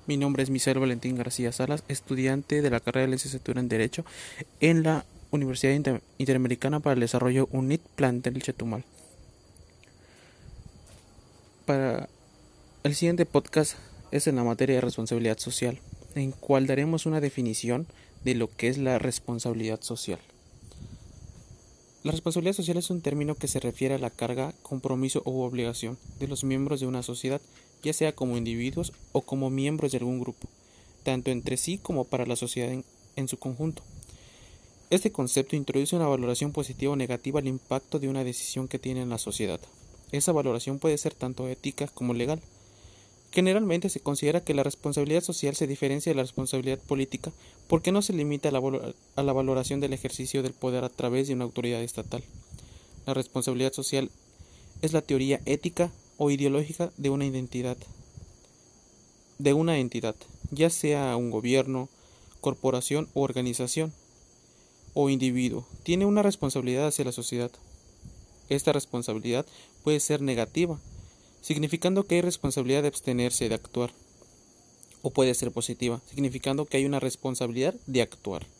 Mi nombre es Misael Valentín García Salas, estudiante de la carrera de licenciatura en Derecho en la Universidad Interamericana para el Desarrollo UNIT Plantel Chetumal. Para el siguiente podcast es en la materia de responsabilidad social, en cual daremos una definición de lo que es la responsabilidad social. La responsabilidad social es un término que se refiere a la carga, compromiso u obligación de los miembros de una sociedad, ya sea como individuos o como miembros de algún grupo, tanto entre sí como para la sociedad en su conjunto. Este concepto introduce una valoración positiva o negativa al impacto de una decisión que tiene en la sociedad. Esa valoración puede ser tanto ética como legal. Generalmente se considera que la responsabilidad social se diferencia de la responsabilidad política porque no se limita a la valoración del ejercicio del poder a través de una autoridad estatal. La responsabilidad social es la teoría ética o ideológica de una entidad, ya sea un gobierno, corporación o organización, o individuo, tiene una responsabilidad hacia la sociedad. Esta responsabilidad puede ser negativa, significando que hay responsabilidad de abstenerse de actuar, o puede ser positiva, significando que hay una responsabilidad de actuar.